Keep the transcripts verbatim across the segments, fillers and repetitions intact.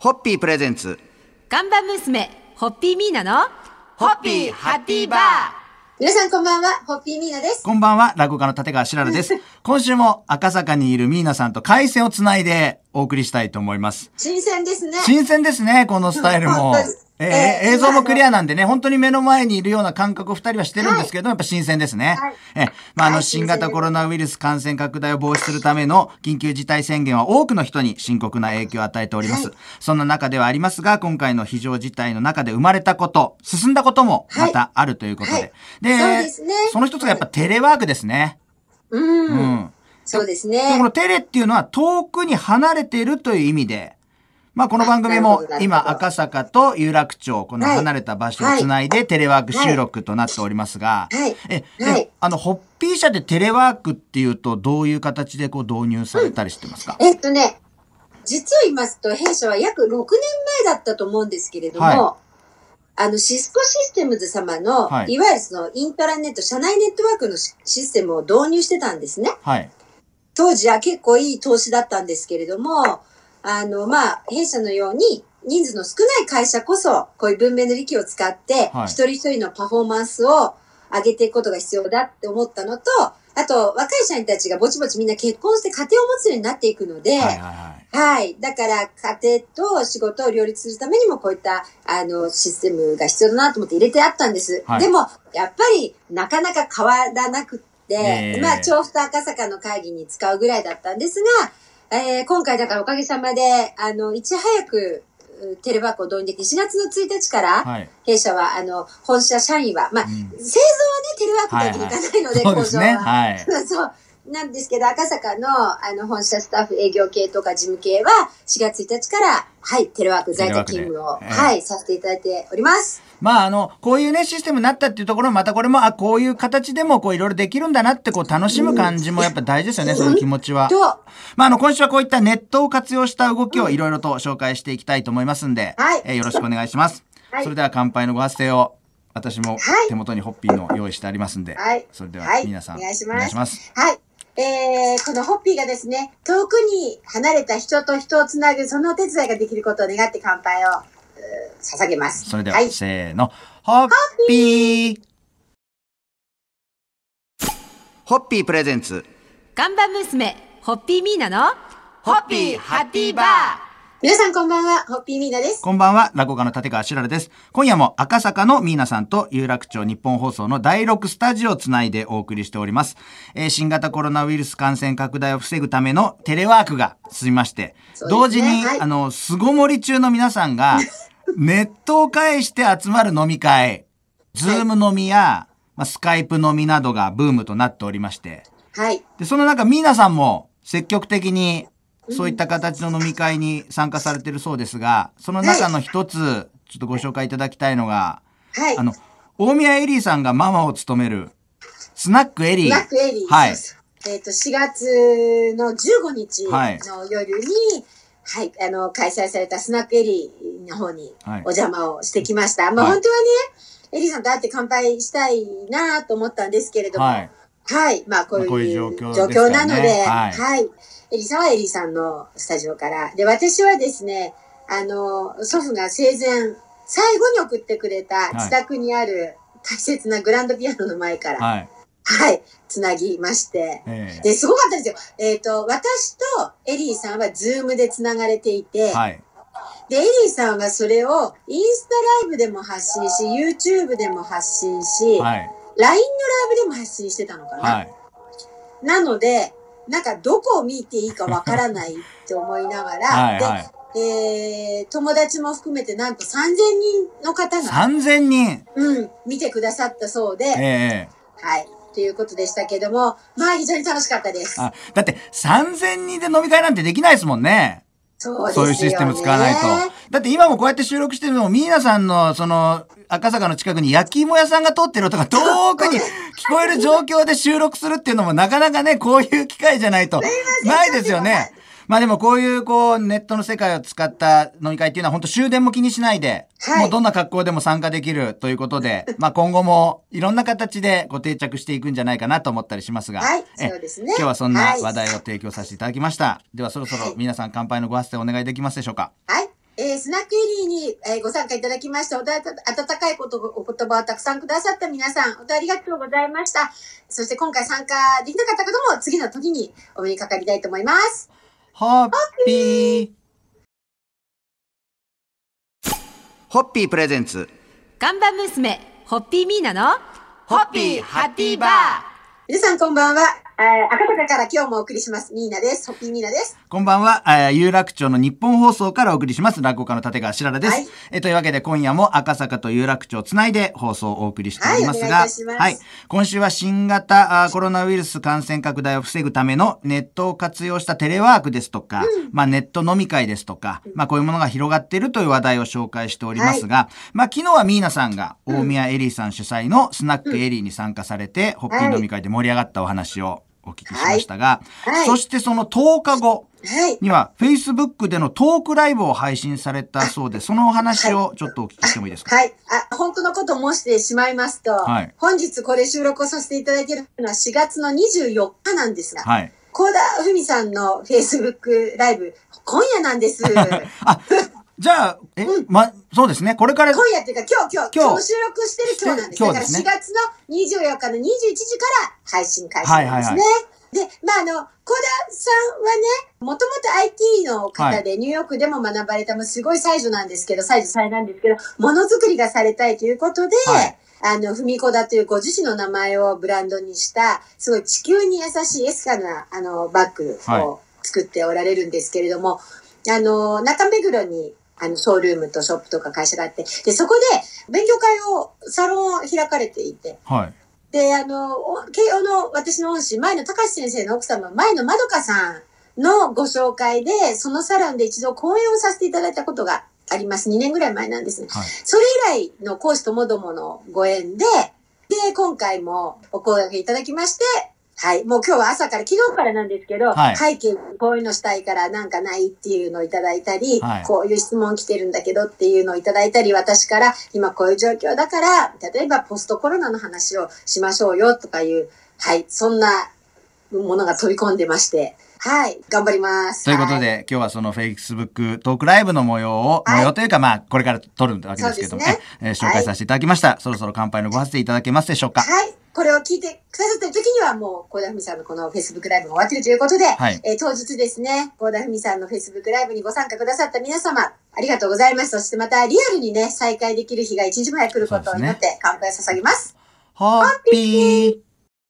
ホッピープレゼンツ看板娘ホッピーミーナのホッピーハッピーバー。 皆さんこんばんは、ホッピーミーナです。 こんばんは、落語家の立川しららです。今週も赤坂にいるミーナさんと回線をつないでお送りしたいと思います。 新鮮ですね。 新鮮ですね、このスタイルも。えーえー、映像もクリアなんでね、本当に目の前にいるような感覚を二人はしてるんですけど、はい、やっぱ新鮮ですね。はい、えまあ、あの、新型コロナウイルス感染拡大を防止するための緊急事態宣言は多くの人に深刻な影響を与えております。はい、そんな中ではありますが、今回の非常事態の中で生まれたこと、進んだこともまたあるということで。はいはい、で、 そうですね、 その一つがやっぱテレワークですね。 うん。うん、そうですね。 このテレっていうのは遠くに離れているという意味で、まあこの番組も今赤坂と有楽町、この離れた場所をつないでテレワーク収録となっておりますが、 はい。 え、はい、あの、ホッピー社でテレワークっていうとどういう形でこう導入されたりしてますか？ うん、えっとね、実を言いますと弊社は約ろくねんまえだったと思うんですけれども、はい、あのシスコシステムズ様の、はい、いわゆるそのイントラネット、社内ネットワークのシステムを導入してたんですね。はい。当時は結構いい投資だったんですけれども、あの、まあ、弊社のように人数の少ない会社こそ、こういう文明の利器を使って、はい、一人一人のパフォーマンスを上げていくことが必要だって思ったのと、あと、若い社員たちがぼちぼちみんな結婚して家庭を持つようになっていくので、はい、はいはい、だから、家庭と仕事を両立するためにも、こういった、あの、システムが必要だなと思って入れてあったんです。はい、でも、やっぱり、なかなか変わらなくって、えー、まあ、調布と赤坂の会議に使うぐらいだったんですが、えー、今回だからおかげさまで、あの、いち早くテレワークを導入できて、しがつのついたちから、はい、弊社は、あの、本社社員は、まあ、うん、製造はね、テレワークだけにいかないので、工場は。はい、そう。なんですけど、赤坂の、あの、本社スタッフ、営業系とか事務系は、しがつついたちから、はい、テレワーク、在宅勤務を、えー、はい、させていただいております。 まあ、あの、こういうね、システムになったっていうところも、またこれも、あ、こういう形でも、こう、いろいろできるんだなって、こう、楽しむ感じもやっぱ大事ですよね、うん、そういう気持ちは。まあ、あの、今週はこういったネットを活用した動きをいろいろと紹介していきたいと思いますんで、はい、えー、よろしくお願いします。はい、それでは、乾杯のご発声を、私も手元にホッピーの用意してありますんで、はい、それでは、皆さん、はい、お願いします。 はい。えー、このホッピーがですね、遠くに離れた人と人をつなぐ、そのお手伝いができることを願って乾杯を捧げます。 それでは、はい、せーの。ホッピーホッピープレゼンツ看板娘、ホッピーミーナのホッピーハッピーバー。 皆さんこんばんは、ホッピーミーナです。 こんばんは、落語家の立川しららです。今夜も赤坂のミーナさんと有楽町日本放送のだいろくスタジオをつないでお送りしております。えー、新型コロナウイルス感染拡大を防ぐためのテレワークが進みまして、ね、同時に、はい、あの、巣ごもり中の皆さんが、ネットを介して集まる飲み会、ズーム飲みや、まあ、スカイプ飲みなどがブームとなっておりまして、はい。で、その中、ミーナさんも積極的に、そういった形の飲み会に参加されてるそうですが、その中の一つ、はい、ちょっとご紹介いただきたいのが、はい。あの、大宮エリーさんがママを務める、スナックエリー。 スナックエリー。はい。えっと、しがつのじゅうごにちの夜に、はい、はい、あの、開催されたスナックエリーの方にお邪魔をしてきました。はい、まあ、本当はね、エリーさんと会って乾杯したいなと思ったんですけれども、はい。はい。まあ、こういう状況なので、はい。はい、エリーさんはエリーさんのスタジオから。で、私はですね、あの、祖父が生前、最後に送ってくれた自宅にある大切なグランドピアノの前から、はい。はい、つなぎまして。えー、で、すごかったですよ。えっと、私とエリーさんはズームでつながれていて、はい。で、エリーさんはそれをインスタライブでも発信し、YouTube でも発信し、はい、ライン のライブでも発信してたのかな。はい、なので、なんかどこを見ていいかわからないって思いながら、はい、で、はい、えー、友達も含めてなんとさんぜんにんの方が、 さんぜんにんうん、見てくださったそうで、えー、はい。ということでしたけども、まあ非常に楽しかったです。 あ、だってさんぜんにんで飲み会なんてできないですもんね。 そうですよね。 そういうシステム使わないと。だって今もこうやって収録してるのも、ミーナさんのその赤坂の近くに焼き芋屋さんが通ってる音が遠くに聞こえる状況で収録するっていうのもなかなかね、こういう機会じゃないとないですよね。まあでもこういうこうネットの世界を使った飲み会っていうのは本当終電も気にしないで、はい、もうどんな格好でも参加できるということで、まあ今後もいろんな形でこう定着していくんじゃないかなと思ったりしますが、 はい、そうですね。 今日はそんな話題を提供させていただきました。はい、ではそろそろ皆さん乾杯のご発声お願いできますでしょうか。 はい。ええー、スナックエリーに、えー、ご参加いただきまして、おだ温かいことお言葉をたくさんくださった皆さん、本当にありがとうございました。そして今回参加できなかった方も次の時にお目にかかりたいと思います。 ホッピーホッピープレゼンツガンバ娘ホッピーミーナのホッピーハッピーバー。 皆さんこんばんは。えー、赤坂から今日もお送りしますミーナです。ホッピーミーナです。 こんばんは、えー、有楽町の日本放送からお送りします落語家の立川しららです、はい、えー、というわけで今夜も赤坂と有楽町をつないで放送をお送りしておりますが、 はい、お願いいたします。 はい、今週は新型コロナウイルス感染拡大を防ぐためのネットを活用したテレワークですとか、うん、まあ、ネット飲み会ですとか、まあ、こういうものが広がっているという話題を紹介しておりますが、はい、まあ、昨日はミーナさんが大宮エリーさん主催のスナックエリーに参加されて、うん、ホッピー飲み会で盛り上がったお話をお聞きしましたが、はいはい、そしてそのとおかごには Facebook でのトークライブを配信されたそうで、そのお話をちょっとお聞きしてもいいですか？ はい。あ、本当のことを申してしまいますと、はい、本日これ収録をさせていただいているのはしがつのにじゅうよっかなんですが、はい、幸田文さんの Facebook ライブ、今夜なんです。 あじゃあ、え、うん、ま、そうですね。これから。 今夜っていうか、今日、今日、今日収録してる今日なんです。だからしがつのにじゅうよっかのにじゅういちじから配信開始なんですね。はいはいはい、で、まあ、あの、小田さんはね、もともと アイティー の方で、ニューヨークでも学ばれた、もうすごい才女なんですけど、才女才なんですけど、ものづくりがされたいということで、はい、あの、ふみこだというご自身の名前をブランドにした、すごい地球に優しいエスカルな、あの、バッグを作っておられるんですけれども、はい、あの、中目黒に、あの、ショールームとショップとか会社があって、で、そこで勉強会を、サロンを開かれていて、はい。で、あの、慶応の私の恩師、前野隆先生の奥様、前野まどかさんのご紹介で、そのサロンで一度講演をさせていただいたことがあります。にねんぐらい前なんですね。はい、それ以来の講師ともどものご縁で、で、今回もお声掛けいただきまして、はい。もう今日は朝から、昨日からなんですけど、はい、背景こういうのしたいからなんかないっていうのをいただいたり、はい、こういう質問来てるんだけどっていうのをいただいたり、私から今こういう状況だから、例えばポストコロナの話をしましょうよとかいう、はい。そんなものが飛び込んでまして、はい。頑張ります。 ということで、はい、今日はその Facebook トークライブの模様を、はい、模様というかまあ、これから撮るわけですけどもね、ねえー、紹介させていただきました、はい。そろそろ乾杯のご発声いただけますでしょうか？ はい。これを聞いてくださってる時にはもう、幸田文さんのこの Facebook ライブが終わってるということで、はい、えー、当日ですね、幸田文さんの Facebook ライブにご参加くださった皆様、ありがとうございます。そしてまたリアルにね、再会できる日が一日も早く来ることを祈って乾杯を捧げます。 ホッピー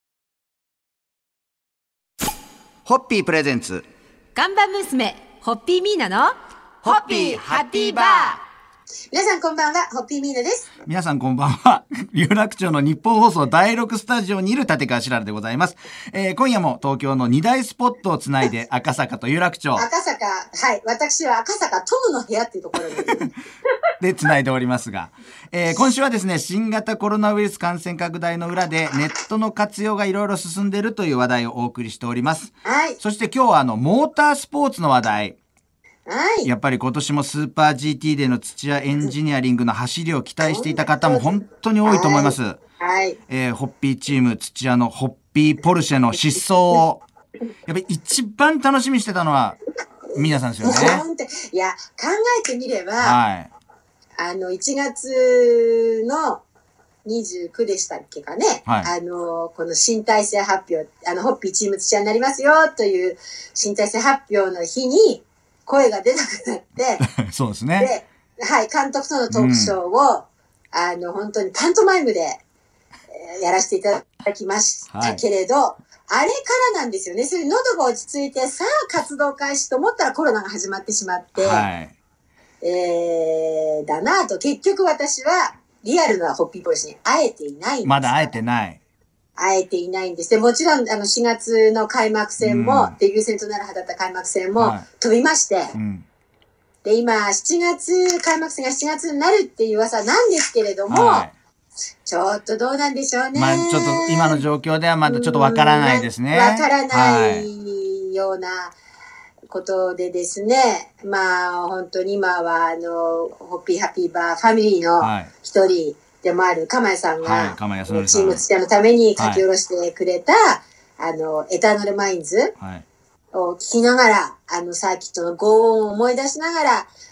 ホッピープレゼンツガンバ娘、ホッピーミーナのホッピーハッピーバー。 皆さんこんばんは、ホッピーミーナです。 皆さんこんばんは。有楽町の日本放送だいろくスタジオにいる立川しららでございます。えー、今夜も東京のに大スポットをつないで赤坂と有楽町。 赤坂、はい。私は赤坂トムの部屋っていうところに。 で、つないでおりますが、えー、今週はですね、新型コロナウイルス感染拡大の裏でネットの活用がいろいろ進んでいるという話題をお送りしております。はい。そして今日はあの、モータースポーツの話題。はい。やっぱり今年もスーパー ジーティー での土屋エンジニアリングの走りを期待していた方も本当に多いと思います。はい。はい、えー、ホッピーチーム土屋のホッピーポルシェの疾走を、やっぱり一番楽しみにしてたのは、皆さんですよね。 いや、考えてみれば、はい。あの、いちがつのにじゅうくでしたっけかね。はい、あの、この新体制発表、あの、ホッピーチーム土屋になりますよという新体制発表の日に、声が出なくなって、 そうですね。 で、はい、監督とのトークショーを、うん、あの、本当にパントマイムで、えー、やらせていただきましたけれど、はい、あれからなんですよね。それ喉が落ち着いて、さあ活動開始と思ったらコロナが始まってしまって、はい、えー、だなぁと、結局私はリアルなホッピーポリシーに会えていないんです。 まだ会えてない。 会えていないんです。で、もちろん、あの、しがつの開幕戦も、うん、デビュー戦となるはだった開幕戦も、飛びまして、はい、うん、で、今、しちがつ、開幕戦がしちがつになるっていう噂なんですけれども、はい、ちょっとどうなんでしょうね。 まあ、ちょっと、今の状況ではまだちょっとわからないですね。 わからないようなことでですね、はい、まあ、本当に今は、あの、ホッピーハッピーバーファミリーの一人、はい、でもある鎌谷さんが、はい、鎌谷さんチーム土屋のために書き下ろしてくれた、はい、あの、エターナルマインズを聞きながら、はい、あの、サーキットの轟音を思い出しながら、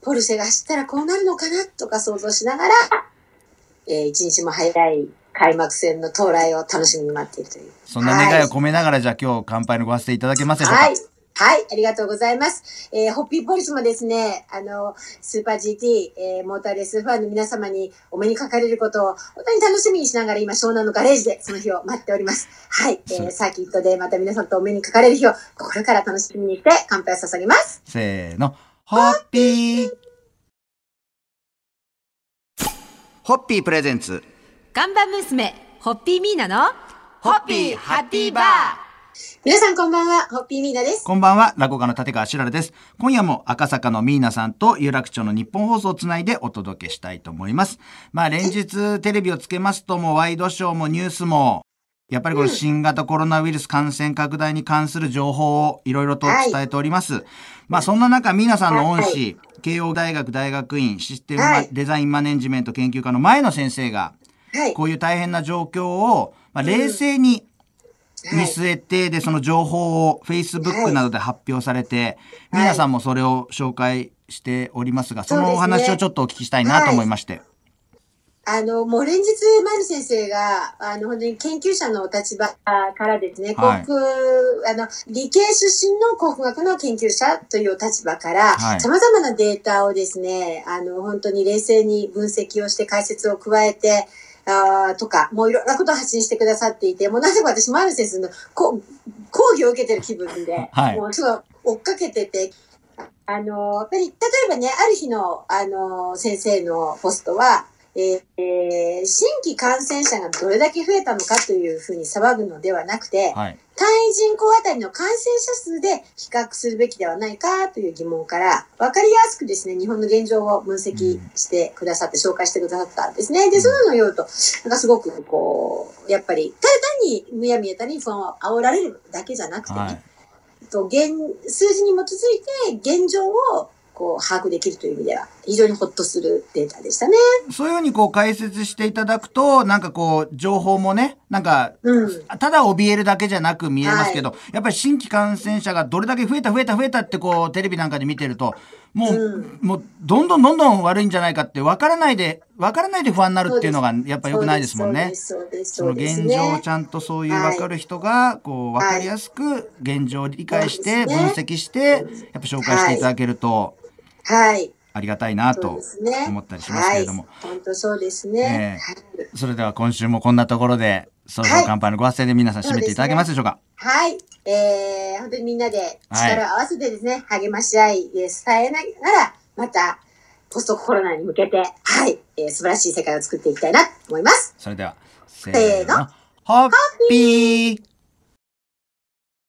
ポルシェが走ったらこうなるのかなとか想像しながら、えー、一日も早い開幕戦の到来を楽しみに待っているという。 そんな願いを込めながら、はい、じゃあ今日乾杯のご発声いただけますでしょうか。 はい。はい、ありがとうございます。えー、ホッピーポリスもですね、あの、スーパー ジーティー、えー、モーターレースファンの皆様にお目にかかれることを本当に楽しみにしながら今、湘南のガレージでその日を待っております。はい、えー、サーキットでまた皆さんとお目にかかれる日を心から楽しみにして乾杯を捧げます。 せーの、ホッピーホッピープレゼンツ看板娘、ホッピーミーナのホッピーハッピーバー。 皆さんこんばんは、ホッピーミーナです。 こんばんは、落語家の立川しららです。今夜も赤坂のミーナさんと有楽町の日本放送をつないでお届けしたいと思います。まあ連日テレビをつけますともワイドショーもニュースもやっぱりこの新型コロナウイルス感染拡大に関する情報をいろいろと伝えております。はい、まあそんな中、ミーナさんの恩師、はい、慶応大学大学院システム、はい、デザインマネジメント研究科の前野先生が、はい、こういう大変な状況を、まあ、冷静に見据えて、でその情報を Facebook などで発表されて、ミーナさんもそれを紹介しておりますが、そのお話をちょっとお聞きしたいなと思いまして。 あの、もう連日、前野先生が、あの、本当に研究者のお立場からですね、はい、航空、あの、理系出身の航空学の研究者というお立場から、はい、様々なデータをですね、あの、本当に冷静に分析をして解説を加えて、あとか、もういろんなことを発信してくださっていて、もうなぜか私、前野先生の講義を受けてる気分で、はい、もうちょっと追っかけてて、あの、やっぱり、例えばね、ある日の、あの、先生のポストは、えーえー、新規感染者がどれだけ増えたのかというふうに騒ぐのではなくて、はい、単位人口あたりの感染者数で比較するべきではないかという疑問から、わかりやすくですね、日本の現状を分析してくださって、うん、紹介してくださったんですね。で、そういうのを言うと、なんかすごくこう、やっぱり、ただ単にむやみやたに不安を煽られるだけじゃなくてね、はい、と現数字に基づいて現状をこう把握できるという意味では非常にホッとするデータでしたね。 そういうふうにこう解説していただくと、なんかこう情報もね、なんか、うん、ただ怯えるだけじゃなく見えますけど、はい、やっぱり新規感染者がどれだけ増えた増えた増えたってこうテレビなんかで見てると、もう、うん、もうどんどんどんどん悪いんじゃないかって分からないで分からないで不安になるっていうのがやっぱ良くないですもんね。その現状をちゃんとそういう分かる人がこう分かりやすく現状を理解して分析してやっぱ紹介していただけると。はい。ありがたいなと思ったりしますけれども。 はい、本当そうですね、 えーはい。それでは今週もこんなところで、そろそろ乾杯のご発声で皆さん締めていただけますでしょうか。 はい。えー、本当にみんなで力を合わせてですね、はい、励まし合い、伝えながら、また、ポストコロナに向けて、はい、えー、素晴らしい世界を作っていきたいなと思います。 それでは、せーの。ホッピー